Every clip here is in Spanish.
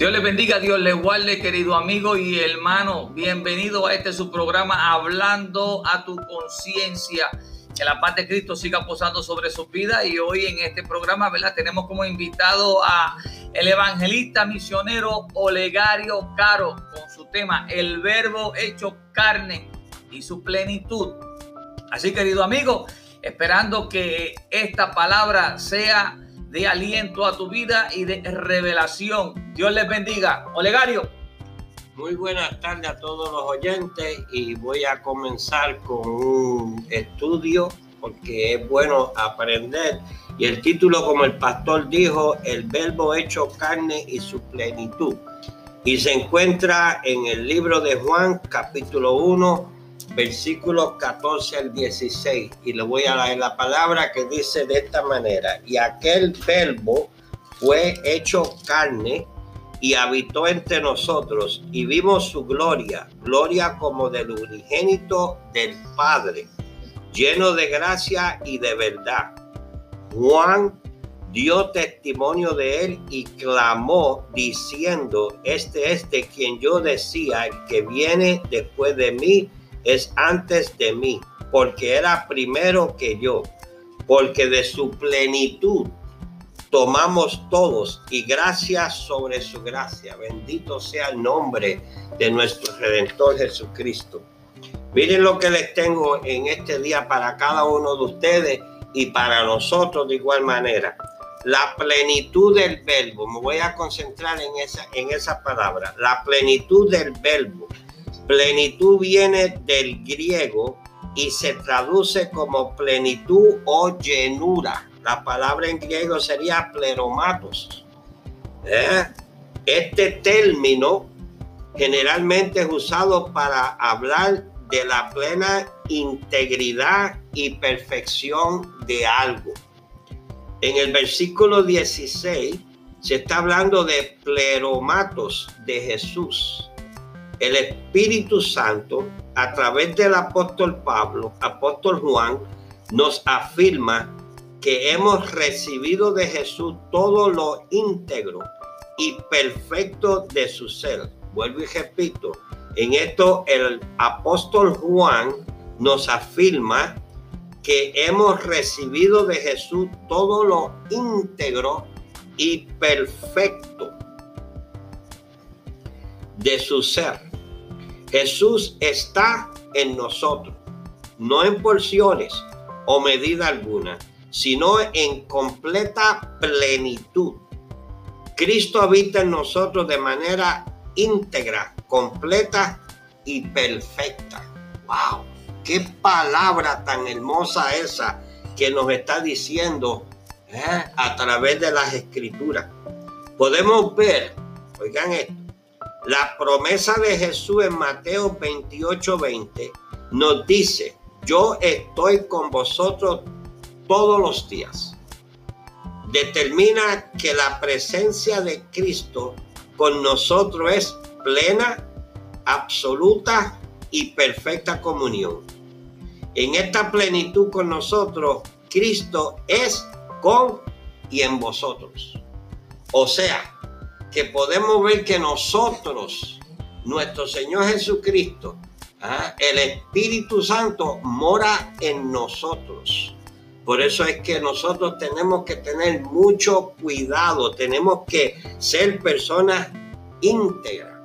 Dios les bendiga, Dios les guarde, querido amigo y hermano. Bienvenido a su programa Hablando a tu Conciencia. Que la paz de Cristo siga posando sobre su vida. Y hoy en este programa, ¿verdad?, tenemos como invitado a el evangelista misionero Olegario Caro con su tema El Verbo hecho carne y su plenitud. Así, querido amigo, esperando que esta palabra sea de aliento a tu vida y de revelación. Dios les bendiga. Olegario. Muy buenas tardes a todos los oyentes y voy a comenzar con un estudio porque es bueno aprender. Y el título, como el pastor dijo, El Verbo hecho carne y su plenitud. Y se encuentra en el libro de Juan, capítulo 1, versículos 14 al 16. Y le voy a leer la palabra que dice de esta manera: y aquel verbo fue hecho carne y habitó entre nosotros, y vimos su gloria, gloria como del unigénito del Padre, lleno de gracia y de verdad. Juan dio testimonio de él y clamó diciendo: este es de quien yo decía, el que viene después de mí es antes de mí, porque era primero que yo, porque de su plenitud tomamos todos, y gracia sobre su gracia. Bendito sea el nombre de nuestro Redentor Jesucristo. Miren lo que les tengo en este día para cada uno de ustedes y para nosotros de igual manera. La plenitud del verbo. Me voy a concentrar en esa palabra. La plenitud del verbo. Plenitud viene del griego y se traduce como plenitud o llenura. La palabra en griego sería pleromatos. Este término generalmente es usado para hablar de la plena integridad y perfección de algo. En el versículo 16 se está hablando de pleromatos de Jesús. El Espíritu Santo, a través del apóstol Pablo, apóstol Juan, nos afirma que hemos recibido de Jesús todo lo íntegro y perfecto de su ser. Vuelvo y repito, en esto el apóstol Juan nos afirma que hemos recibido de Jesús todo lo íntegro y perfecto de su ser. Jesús está en nosotros, no en porciones o medida alguna, sino en completa plenitud. Cristo habita en nosotros de manera íntegra, completa y perfecta. ¡Wow! ¡Qué palabra tan hermosa esa que nos está diciendo a través de las Escrituras! Podemos ver, oigan esto, la promesa de Jesús en Mateo 28:20 nos dice: yo estoy con vosotros todos los días. Determina que la presencia de Cristo con nosotros es plena, absoluta y perfecta comunión. En esta plenitud con nosotros, Cristo es con y en vosotros. O sea, que podemos ver que nosotros, nuestro Señor Jesucristo, el Espíritu Santo mora en nosotros. Por eso es que nosotros tenemos que tener mucho cuidado, tenemos que ser personas íntegras,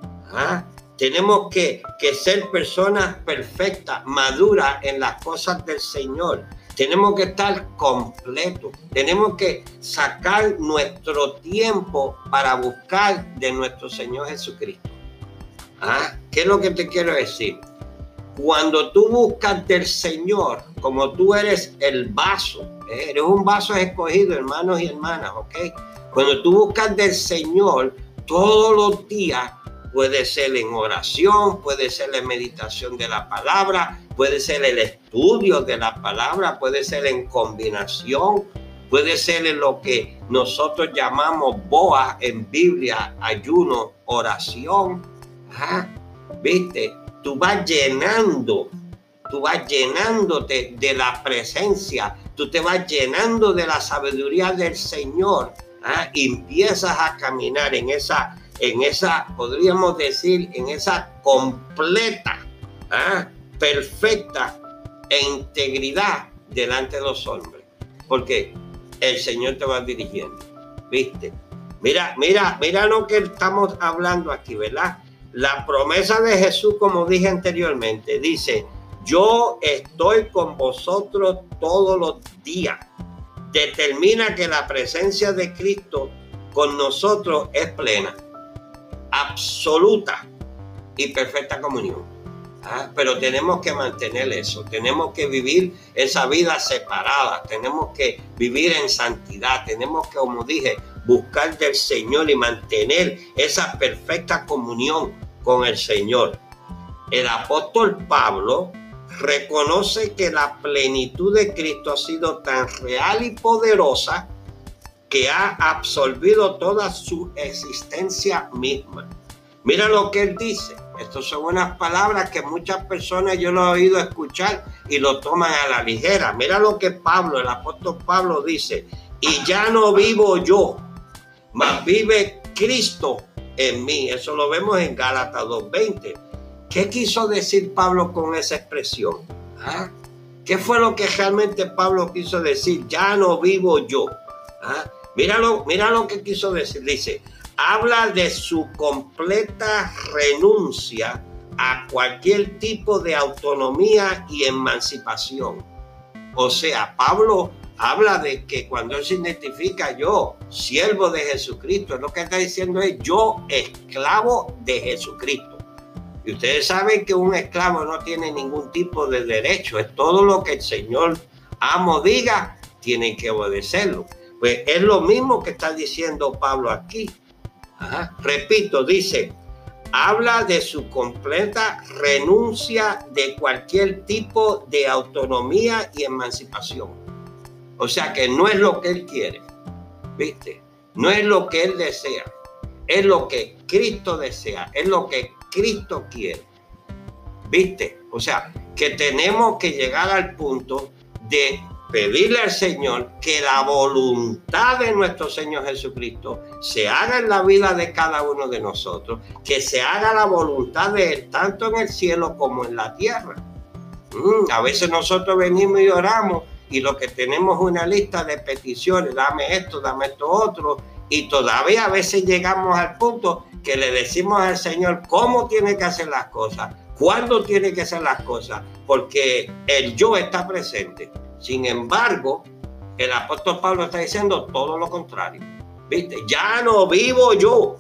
tenemos que ser personas perfectas, maduras en las cosas del Señor. Tenemos que estar completos, tenemos que sacar nuestro tiempo para buscar de nuestro Señor Jesucristo. ¿Qué es lo que te quiero decir? Cuando tú buscas del Señor, como tú eres el vaso, eres un vaso escogido, hermanos y hermanas, ¿ok? Cuando tú buscas del Señor todos los días, puede ser en oración, puede ser en meditación de la palabra, puede ser el estudio de la palabra, puede ser en combinación, puede ser en lo que nosotros llamamos BOA en Biblia, ayuno, oración. ¿Viste? Tú vas llenándote de la presencia, tú te vas llenando de la sabiduría del Señor, y empiezas a caminar en esa en esa, podríamos decir, en esa completa, perfecta e integridad delante de los hombres, porque el Señor te va dirigiendo, ¿viste? Mira lo que estamos hablando aquí, ¿verdad? La promesa de Jesús, como dije anteriormente, dice: yo estoy con vosotros todos los días. Determina que la presencia de Cristo con nosotros es plena, absoluta y perfecta comunión. Pero tenemos que mantener eso, tenemos que vivir esa vida separada, tenemos que vivir en santidad, tenemos que, como dije, buscar del Señor y mantener esa perfecta comunión con el Señor. El apóstol Pablo reconoce que la plenitud de Cristo ha sido tan real y poderosa que ha absorbido toda su existencia misma. Mira lo que él dice. Estas son unas palabras que muchas personas yo lo he oído escuchar y lo toman a la ligera. Mira lo que Pablo, el apóstol Pablo dice: y ya no vivo yo, mas vive Cristo en mí. Eso lo vemos en Gálatas 2:20. ¿Qué quiso decir Pablo con esa expresión? ¿Qué fue lo que realmente Pablo quiso decir? Ya no vivo yo. Mira lo que quiso decir. Dice: habla de su completa renuncia a cualquier tipo de autonomía y emancipación. O sea, Pablo habla de que cuando él se identifica, yo, siervo de Jesucristo, lo que está diciendo es: yo, esclavo de Jesucristo. Y ustedes saben que un esclavo no tiene ningún tipo de derecho. Es todo lo que el Señor amo diga, tienen que obedecerlo. Pues es lo mismo que está diciendo Pablo aquí. Repito, dice: habla de su completa renuncia de cualquier tipo de autonomía y emancipación. O sea que no es lo que él quiere, ¿viste? No es lo que él desea, es lo que Cristo desea, es lo que Cristo quiere, ¿viste? O sea que tenemos que llegar al punto de pedirle al Señor que la voluntad de nuestro Señor Jesucristo se haga en la vida de cada uno de nosotros, que se haga la voluntad de Él, tanto en el cielo como en la tierra. A veces nosotros venimos y oramos y lo que tenemos es una lista de peticiones: dame esto otro, y todavía a veces llegamos al punto que le decimos al Señor cómo tiene que hacer las cosas, cuándo tiene que hacer las cosas, porque el yo está presente. Sin embargo, el apóstol Pablo está diciendo todo lo contrario, ¿viste? Ya no vivo yo,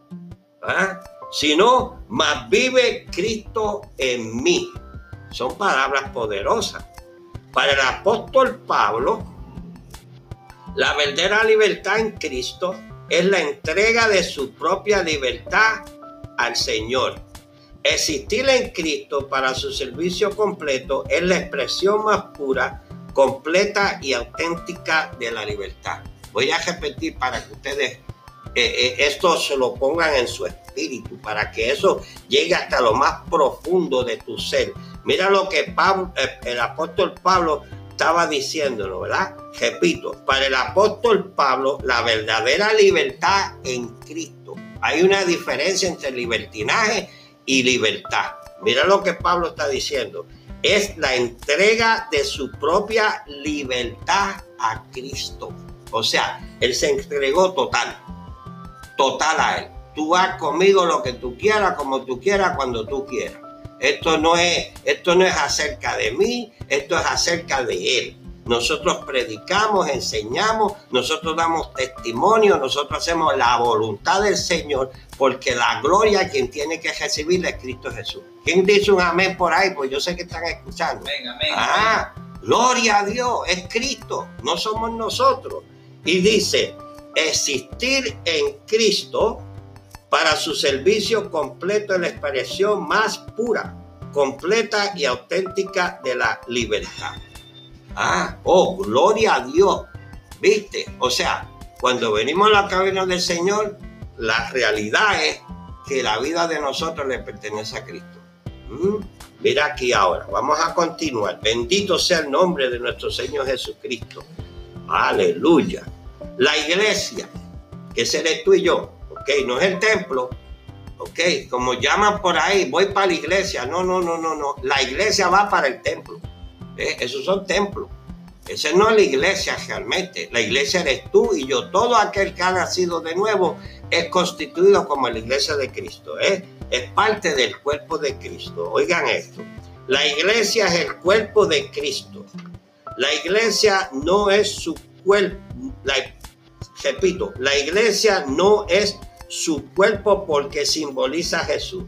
sino más vive Cristo en mí. Son palabras poderosas. Para el apóstol Pablo, la verdadera libertad en Cristo es la entrega de su propia libertad al Señor. Existir en Cristo para su servicio completo es la expresión más pura, completa y auténtica de la libertad. Voy a repetir para que ustedes esto se lo pongan en su espíritu, para que eso llegue hasta lo más profundo de tu ser. Mira lo que el apóstol Pablo estaba diciéndolo, ¿verdad? Repito, para el apóstol Pablo, la verdadera libertad en Cristo. Hay una diferencia entre libertinaje y libertad. Mira lo que Pablo está diciendo: es la entrega de su propia libertad a Cristo. O sea, Él se entregó total a Él. Tú haz conmigo lo que tú quieras, como tú quieras, cuando tú quieras. Esto no es acerca de mí, esto es acerca de Él. Nosotros predicamos, enseñamos, nosotros damos testimonio, nosotros hacemos la voluntad del Señor, porque la gloria quien tiene que recibirla es Cristo Jesús. ¿Quién dice un amén por ahí? Pues yo sé que están escuchando. Amén. Gloria a Dios, es Cristo, no somos nosotros. Y dice: existir en Cristo para su servicio completo es la expresión más pura, completa y auténtica de la libertad. Gloria a Dios, ¿viste? O sea, cuando venimos a la cabina del Señor, la realidad es que la vida de nosotros le pertenece a Cristo. Mira aquí ahora, vamos a continuar. Bendito sea el nombre de nuestro Señor Jesucristo. Aleluya. La iglesia, que seré tú y yo, ¿ok? No es el templo, ¿ok? Como llaman por ahí, voy para la iglesia. No. La iglesia va para el templo. Esos son templos. Esa no es la iglesia realmente. La iglesia eres tú y yo. Todo aquel que ha nacido de nuevo es constituido como la iglesia de Cristo. Es parte del cuerpo de Cristo. Oigan esto. La iglesia es el cuerpo de Cristo. La iglesia no es su cuerpo. Repito, la iglesia no es su cuerpo porque simboliza a Jesús,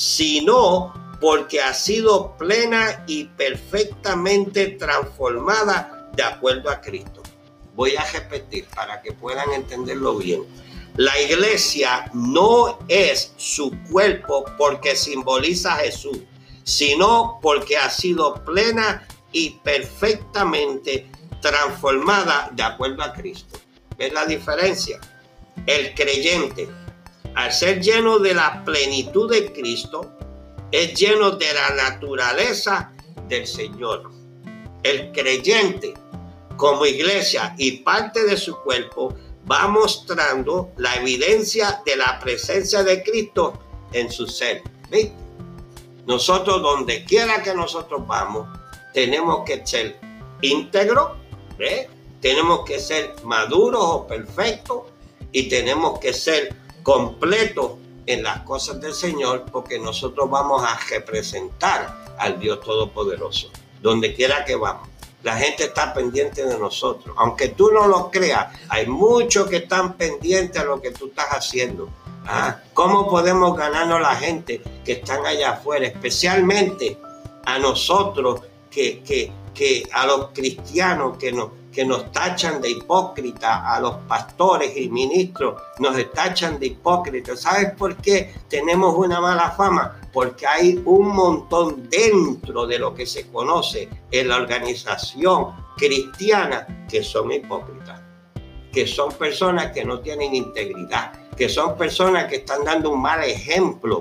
sino porque ha sido plena y perfectamente transformada de acuerdo a Cristo. Voy a repetir para que puedan entenderlo bien. La iglesia no es su cuerpo porque simboliza a Jesús, sino porque ha sido plena y perfectamente transformada de acuerdo a Cristo. ¿Ves la diferencia? El creyente, al ser lleno de la plenitud de Cristo, es lleno de la naturaleza del Señor. El creyente, como iglesia y parte de su cuerpo, va mostrando la evidencia de la presencia de Cristo en su ser. ¿Viste? Nosotros, donde quiera que nosotros vamos, tenemos que ser íntegros, ¿ves? Tenemos que ser maduros o perfectos y tenemos que ser completos en las cosas del Señor, porque nosotros vamos a representar al Dios Todopoderoso. Donde quiera que vamos, la gente está pendiente de nosotros. Aunque tú no lo creas, hay muchos que están pendientes a lo que tú estás haciendo. ¿Cómo podemos ganarnos la gente que están allá afuera? Especialmente a nosotros, que a los cristianos que nos tachan de hipócritas, a los pastores y ministros nos tachan de hipócritas. ¿Sabes por qué tenemos una mala fama? Porque hay un montón dentro de lo que se conoce en la organización cristiana que son hipócritas, que son personas que no tienen integridad, que son personas que están dando un mal ejemplo,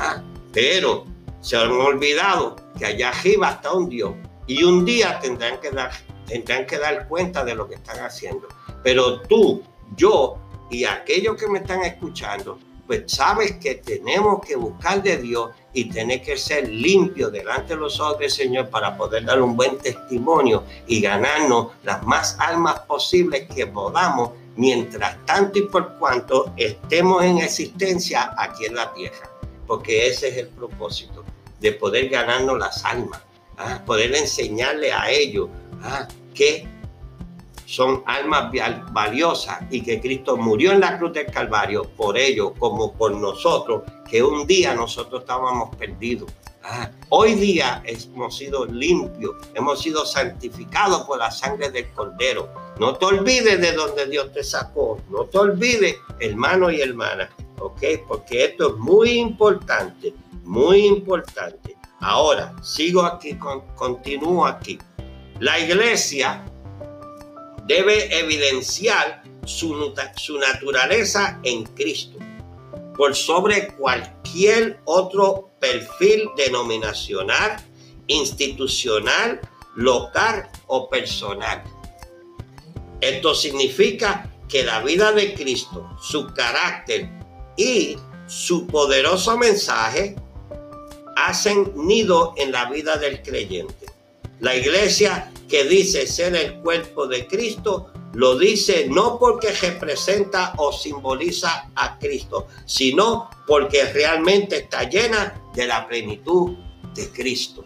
pero se han olvidado que allá arriba está un Dios y un día tendrán que dar cuenta de lo que están haciendo. Pero tú, yo y aquellos que me están escuchando, pues sabes que tenemos que buscar de Dios y tener que ser limpios delante de los ojos del Señor para poder dar un buen testimonio y ganarnos las más almas posibles que podamos, mientras tanto y por cuanto estemos en existencia aquí en la tierra. Porque ese es el propósito, de poder ganarnos las almas, poder enseñarle a ellos que son almas valiosas y que Cristo murió en la cruz del Calvario por ellos como por nosotros, que un día nosotros estábamos perdidos. Hoy día hemos sido limpios, hemos sido santificados por la sangre del Cordero. No te olvides de donde Dios te sacó, no te olvides, hermano y hermana, ¿ok? Porque esto es muy importante, muy importante. Ahora, sigo aquí, continúo aquí. La iglesia debe evidenciar su naturaleza en Cristo por sobre cualquier otro perfil denominacional, institucional, local o personal. Esto significa que la vida de Cristo, su carácter y su poderoso mensaje hacen nido en la vida del creyente. La iglesia que dice ser el cuerpo de Cristo lo dice no porque representa o simboliza a Cristo, sino porque realmente está llena de la plenitud de Cristo.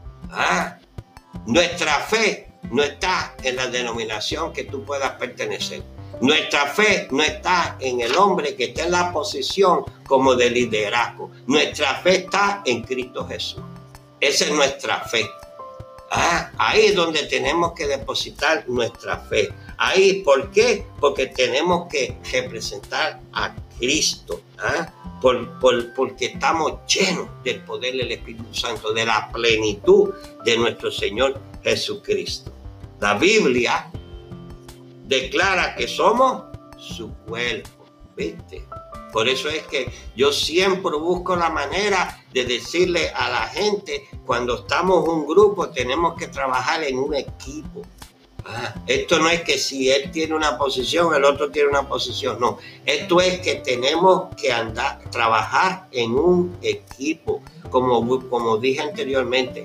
Nuestra fe no está en la denominación que tú puedas pertenecer. Nuestra fe no está en el hombre que está en la posición como de liderazgo. Nuestra fe está en Cristo Jesús. Esa es nuestra fe. Ahí es donde tenemos que depositar nuestra fe. Ahí, ¿por qué? Porque tenemos que representar a Cristo. Porque estamos llenos del poder del Espíritu Santo, de la plenitud de nuestro Señor Jesucristo. La Biblia declara que somos su cuerpo, ¿viste? Por eso es que yo siempre busco la manera de decirle a la gente, cuando estamos un grupo, tenemos que trabajar en un equipo. Esto no es que si él tiene una posición, el otro tiene una posición. No, esto es que tenemos que trabajar en un equipo, como dije anteriormente.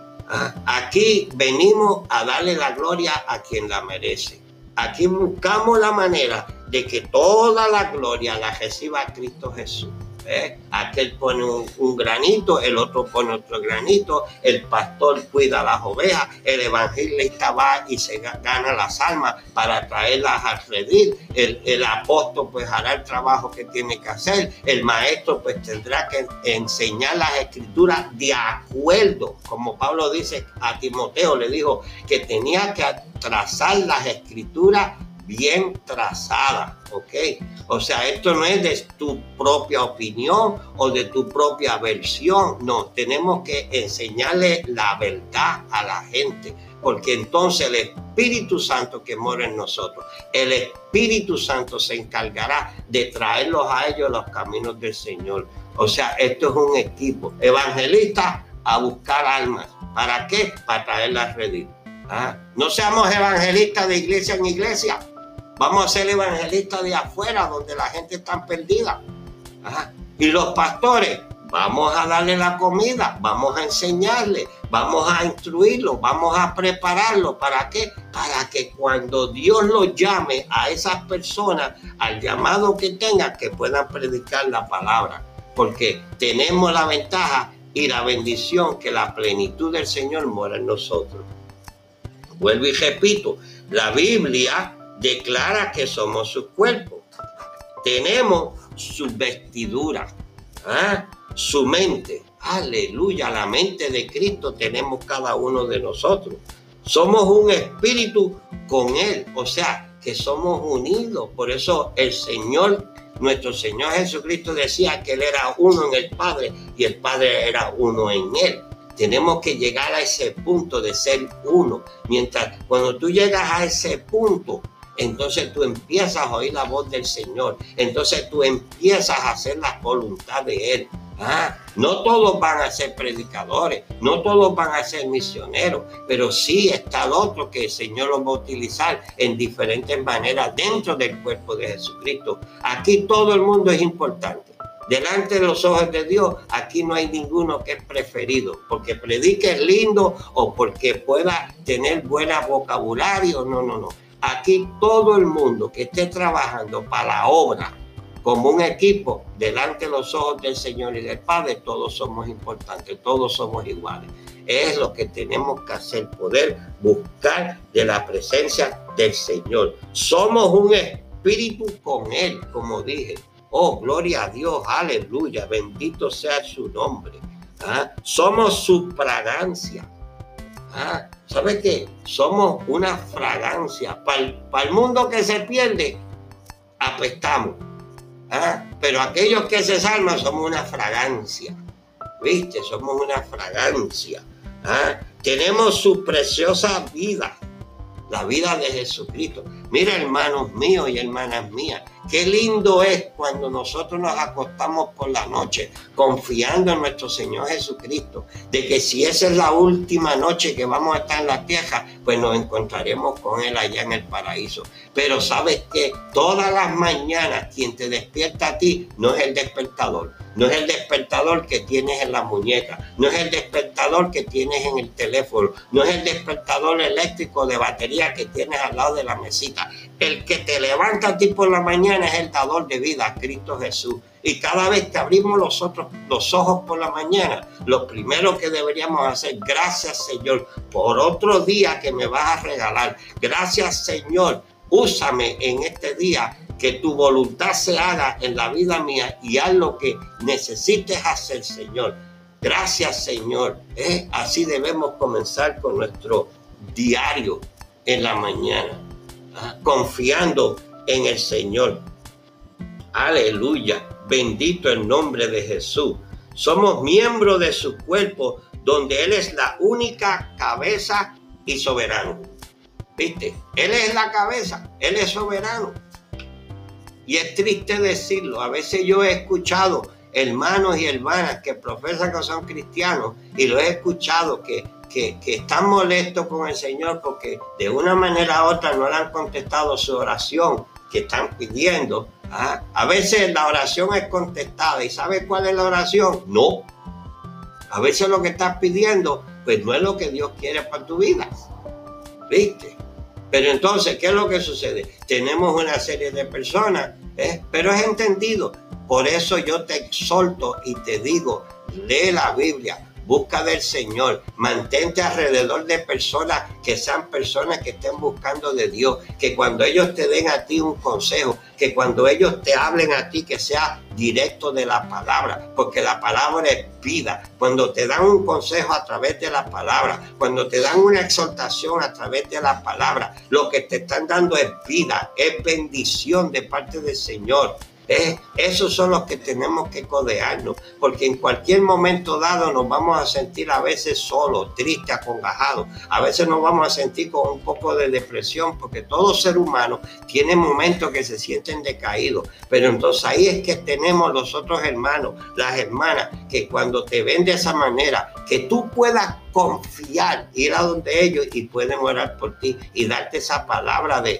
Aquí venimos a darle la gloria a quien la merece. Aquí buscamos la manera de que toda la gloria la reciba Cristo Jesús. Aquel pone un granito, el otro pone otro granito, el pastor cuida las ovejas, el evangelista va y se gana las almas para traerlas al redil, el apóstol pues hará el trabajo que tiene que hacer, el maestro pues tendrá que enseñar las escrituras de acuerdo, como Pablo dice a Timoteo, le dijo que tenía que trazar las escrituras bien trazada, ¿ok? O sea, esto no es de tu propia opinión o de tu propia versión, no, tenemos que enseñarle la verdad a la gente, porque entonces el Espíritu Santo que mora en nosotros, el Espíritu Santo se encargará de traerlos a ellos los caminos del Señor. O sea, esto es un equipo, evangelistas a buscar almas, ¿para qué? Para traerlas a redil. No seamos evangelistas de iglesia en iglesia. Vamos a ser evangelistas de afuera, donde la gente está perdida. Y los pastores, vamos a darle la comida, vamos a enseñarle, vamos a instruirlos, vamos a prepararlos. ¿Para qué? Para que cuando Dios los llame a esas personas, al llamado que tengan, que puedan predicar la palabra. Porque tenemos la ventaja y la bendición que la plenitud del Señor mora en nosotros. Vuelvo y repito, la Biblia declara que somos su cuerpo. Tenemos su vestidura, su mente. Aleluya, la mente de Cristo tenemos cada uno de nosotros. Somos un espíritu con Él, o sea, que somos unidos. Por eso el Señor, nuestro Señor Jesucristo decía que Él era uno en el Padre y el Padre era uno en Él. Tenemos que llegar a ese punto de ser uno. Cuando tú llegas a ese punto, entonces tú empiezas a oír la voz del Señor. Entonces tú empiezas a hacer la voluntad de Él. No todos van a ser predicadores, no todos van a ser misioneros, pero sí está el otro que el Señor los va a utilizar en diferentes maneras dentro del cuerpo de Jesucristo. Aquí todo el mundo es importante. Delante de los ojos de Dios, aquí no hay ninguno que es preferido, porque predique lindo o porque pueda tener buen vocabulario. No. Aquí todo el mundo que esté trabajando para la obra como un equipo delante de los ojos del Señor y del Padre, todos somos importantes, todos somos iguales. Es lo que tenemos que hacer, poder buscar de la presencia del Señor. Somos un espíritu con Él, como dije. Oh, gloria a Dios, aleluya, bendito sea su nombre. Somos su fragancia. ¿Sabes qué? Somos una fragancia. Para el mundo que se pierde, apestamos. Pero aquellos que se salvan somos una fragancia. ¿Viste? Somos una fragancia. Tenemos su preciosa vida. La vida de Jesucristo. Mira, hermanos míos y hermanas mías, qué lindo es cuando nosotros nos acostamos por la noche confiando en nuestro Señor Jesucristo, de que si esa es la última noche que vamos a estar en la tierra, pues nos encontraremos con Él allá en el paraíso. Pero sabes que todas las mañanas quien te despierta a ti no es el despertador. No es el despertador que tienes en la muñeca, no es el despertador que tienes en el teléfono, no es el despertador eléctrico de batería que tienes al lado de la mesita. El que te levanta a ti por la mañana es el dador de vida, Cristo Jesús. Y cada vez que abrimos los ojos por la mañana, lo primero que deberíamos hacer, gracias Señor por otro día que me vas a regalar. Gracias Señor, úsame en este día, que tu voluntad se haga en la vida mía y haz lo que necesites hacer, Señor. Gracias, Señor. Así debemos comenzar con nuestro diario en la mañana, confiando en el Señor. Aleluya. Bendito el nombre de Jesús. Somos miembros de su cuerpo, donde Él es la única cabeza y soberano. ¿Viste? Él es la cabeza, Él es soberano. Y es triste decirlo, a veces yo he escuchado hermanos y hermanas que profesan que son cristianos y lo he escuchado que están molestos con el Señor porque de una manera u otra no le han contestado su oración que están pidiendo. A veces la oración es contestada. ¿Y sabes cuál es la oración? No. A veces lo que estás pidiendo, pues no es lo que Dios quiere para tu vida. ¿Viste? Pero entonces, ¿qué es lo que sucede? Tenemos una serie de personas, pero es entendido. Por eso yo te exhorto y te digo, lee la Biblia. Busca del Señor, mantente alrededor de personas que sean personas que estén buscando de Dios, que cuando ellos te den a ti un consejo, que cuando ellos te hablen a ti que sea directo de la palabra, porque la palabra es vida. Cuando te dan un consejo a través de la palabra, cuando te dan una exhortación a través de la palabra, lo que te están dando es vida, es bendición de parte del Señor. Esos son los que tenemos que codearnos, porque en cualquier momento dado nos vamos a sentir a veces solos, tristes, acongajados. A veces nos vamos a sentir con un poco de depresión, porque todo ser humano tiene momentos que se sienten decaídos. Pero entonces ahí es que tenemos los otros hermanos, las hermanas, que cuando te ven de esa manera, que tú puedas confiar, ir a donde ellos y pueden orar por ti y darte esa palabra de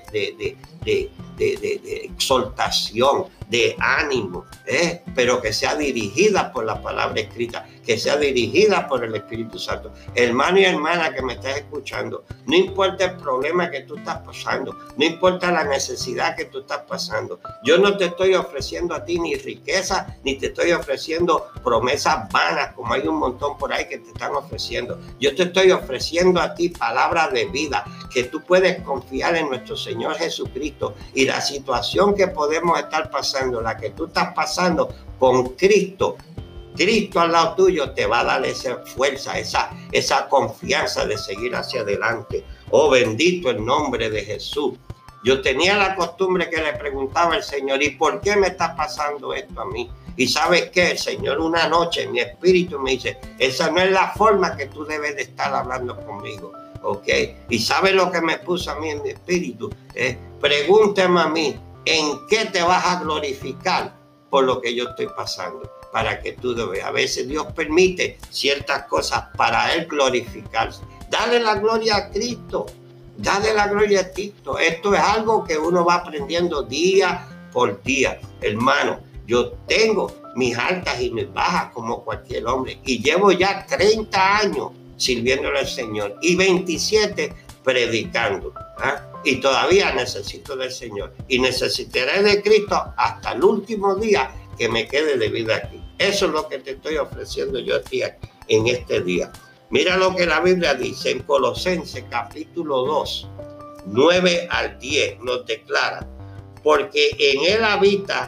exhortación, de ánimo, pero que sea dirigida por la palabra escrita, que sea dirigida por el Espíritu Santo. Hermano y hermana que me estás escuchando, no importa el problema que tú estás pasando, no importa la necesidad que tú estás pasando, yo no te estoy ofreciendo a ti ni riqueza, ni te estoy ofreciendo promesas vanas, como hay un montón por ahí que te están ofreciendo. Yo te estoy ofreciendo a ti palabras de vida, que tú puedes confiar en nuestro Señor Jesucristo, y la situación que podemos estar pasando, la que tú estás pasando con Cristo al lado tuyo, te va a dar esa fuerza, esa confianza de seguir hacia adelante. Oh, bendito el nombre de Jesús. Yo tenía la costumbre que le preguntaba al Señor, ¿y por qué me está pasando esto a mí? Y ¿sabes qué? El Señor una noche en mi espíritu me dice, esa no es la forma que tú debes de estar hablando conmigo. ¿Ok? Y ¿sabes lo que me puso a mí en mi espíritu? Pregúntame a mí, ¿en qué te vas a glorificar por lo que yo estoy pasando? Para que tú lo veas. A veces Dios permite ciertas cosas para Él glorificarse. Dale la gloria a Cristo. Dale la gloria a Cristo. Esto es algo que uno va aprendiendo día por día. Hermano, yo tengo mis altas y mis bajas como cualquier hombre. Y llevo ya 30 años sirviéndole al Señor. Y 27 predicando. Y todavía necesito del Señor. Y necesitaré de Cristo hasta el último día que me quede de vida aquí. Eso es lo que te estoy ofreciendo yo a ti en este día. Mira lo que la Biblia dice en Colosenses capítulo 2, 9 al 10. Nos declara, porque en Él habita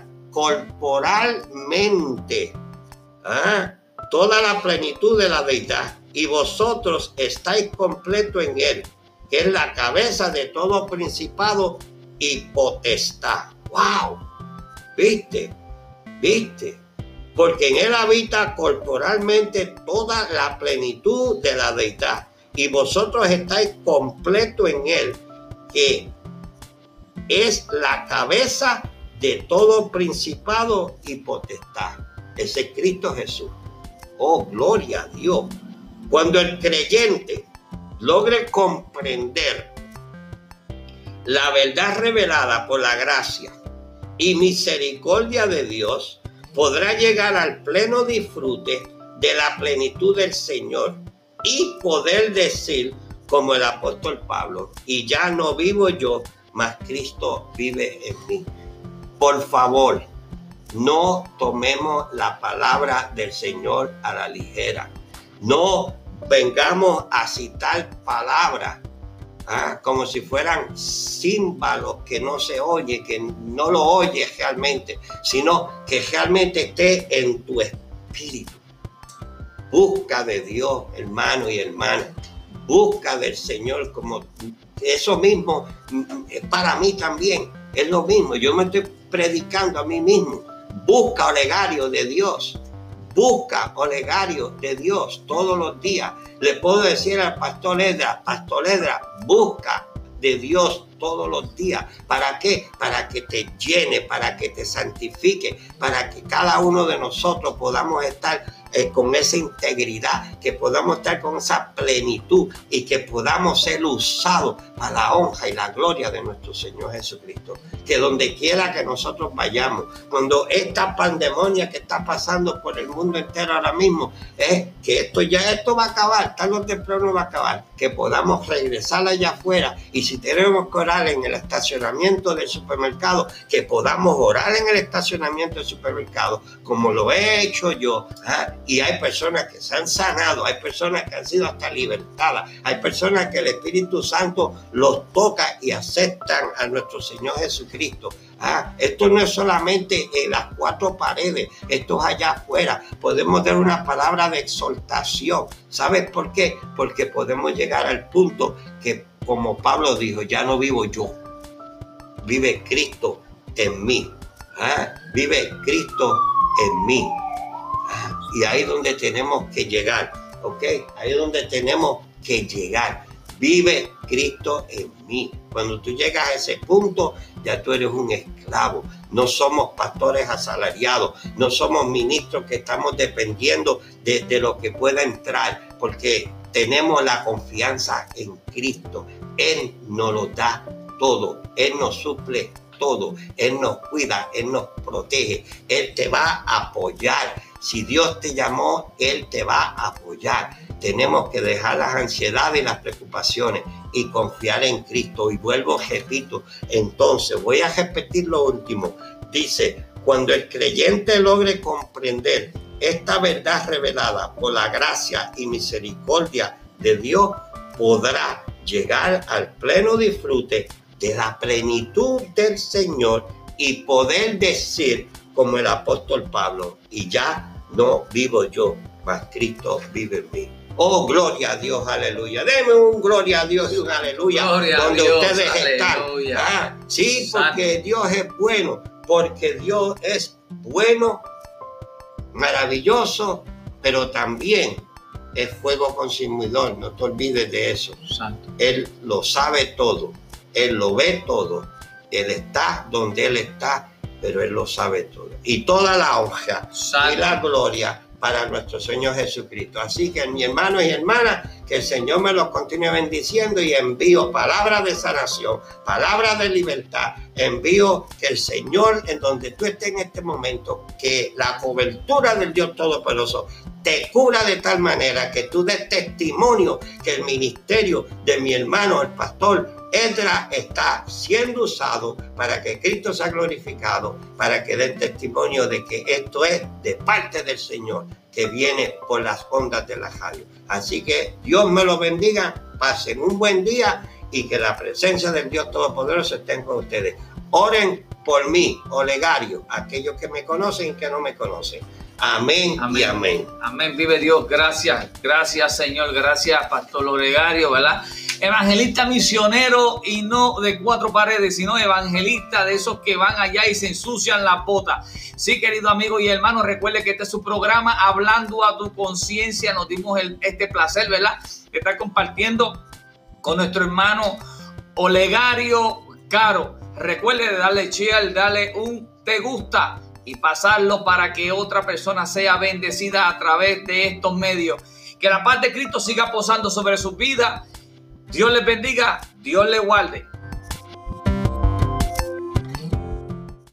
corporalmente toda la plenitud de la deidad, y vosotros estáis completos en Él, que es la cabeza de todo principado y potestad. ¡Wow! ¿Viste? Porque en Él habita corporalmente toda la plenitud de la deidad, y vosotros estáis completos en Él, que es la cabeza de todo principado y potestad. Ese es Cristo Jesús. Oh, gloria a Dios. Cuando el creyente logre comprender la verdad revelada por la gracia y misericordia de Dios, podrá llegar al pleno disfrute de la plenitud del Señor y poder decir, como el apóstol Pablo, y ya no vivo yo, mas Cristo vive en mí. Por favor, no tomemos la palabra del Señor a la ligera. No vengamos a citar palabras como si fueran címbalos que no se oye, que no lo oyes realmente, sino que realmente esté en tu espíritu. Busca de Dios, hermano y hermana. Busca del Señor, como eso mismo para mí también. Es lo mismo, yo me estoy predicando a mí mismo. Busca olegario de Dios. Busca olegario de Dios todos los días. Le puedo decir al pastor Edra, busca de Dios todos los días. ¿Para qué? Para que te llene, para que te santifique, para que cada uno de nosotros podamos estar con esa integridad, que podamos estar con esa plenitud y que podamos ser usados para la honra y la gloria de nuestro Señor Jesucristo. Que donde quiera que nosotros vayamos, cuando esta pandemia que está pasando por el mundo entero ahora mismo, es que esto va a acabar, tarde o temprano va a acabar, que podamos regresar allá afuera, y si tenemos que orar en el estacionamiento del supermercado, que podamos orar en el estacionamiento del supermercado, como lo he hecho yo. Y hay personas que se han sanado, hay personas que han sido hasta libertadas, hay personas que el Espíritu Santo los toca y aceptan a nuestro Señor Jesucristo. Esto no es solamente en las cuatro paredes, esto es allá afuera. Podemos dar una palabra de exhortación. ¿Sabes por qué? Porque podemos llegar al punto que, como Pablo dijo, ya no vivo yo, vive Cristo en mí. Vive Cristo en mí. Y ahí es donde tenemos que llegar, ¿ok? Ahí es donde tenemos que llegar. Vive Cristo en mí. Cuando tú llegas a ese punto, ya tú eres un esclavo. No somos pastores asalariados, no somos ministros que estamos dependiendo de lo que pueda entrar, porque tenemos la confianza en Cristo. Él nos lo da todo, Él nos suple todo, Él nos cuida, Él nos protege, Él te va a apoyar. Si Dios te llamó, Él te va a apoyar. Tenemos que dejar las ansiedades y las preocupaciones y confiar en Cristo. Y vuelvo, repito, entonces voy a repetir lo último. Dice, cuando el creyente logre comprender esta verdad revelada por la gracia y misericordia de Dios, podrá llegar al pleno disfrute de la plenitud del Señor y poder decir, como el apóstol Pablo, y ya no vivo yo, mas Cristo vive en mí. Oh, gloria a Dios, aleluya. Deme un gloria a Dios y un aleluya. Gloria donde Dios, ustedes aleluya. están. Sí, porque Dios es bueno, porque Dios es bueno, maravilloso, pero también es fuego consumidor. No te olvides de eso. Santo. Él lo sabe todo, Él lo ve todo, Él está donde Él está, pero Él lo sabe todo. Y toda la honra y la gloria para nuestro Señor Jesucristo. Así que, mi hermano y hermana, que el Señor me los continúe bendiciendo, y envío palabras de sanación, palabras de libertad. Envío que el Señor, en donde tú estés en este momento, que la cobertura del Dios Todopoderoso te cura de tal manera que tú des testimonio que el ministerio de mi hermano, el pastor Esdras, está siendo usado para que Cristo sea glorificado, para que den testimonio de que esto es de parte del Señor, que viene por las ondas de la radio. Así que Dios me lo bendiga, pasen un buen día y que la presencia del Dios Todopoderoso esté con ustedes. Oren por mí, Olegario, aquellos que me conocen y que no me conocen. Amén, amén y amén. Amén, vive Dios. Gracias, gracias Señor, gracias Pastor Olegario, ¿verdad? Evangelista misionero, y no de cuatro paredes, sino evangelista de esos que van allá y se ensucian la pota. Sí, querido amigo y hermano, recuerde que este es su programa Hablando a tu Conciencia. Nos dimos este placer, ¿verdad?, de estar compartiendo con nuestro hermano Olegario Caro. Recuerde de darle share, darle un te gusta y pasarlo para que otra persona sea bendecida a través de estos medios. Que la paz de Cristo siga posando sobre su vida. Dios les bendiga, Dios les guarde.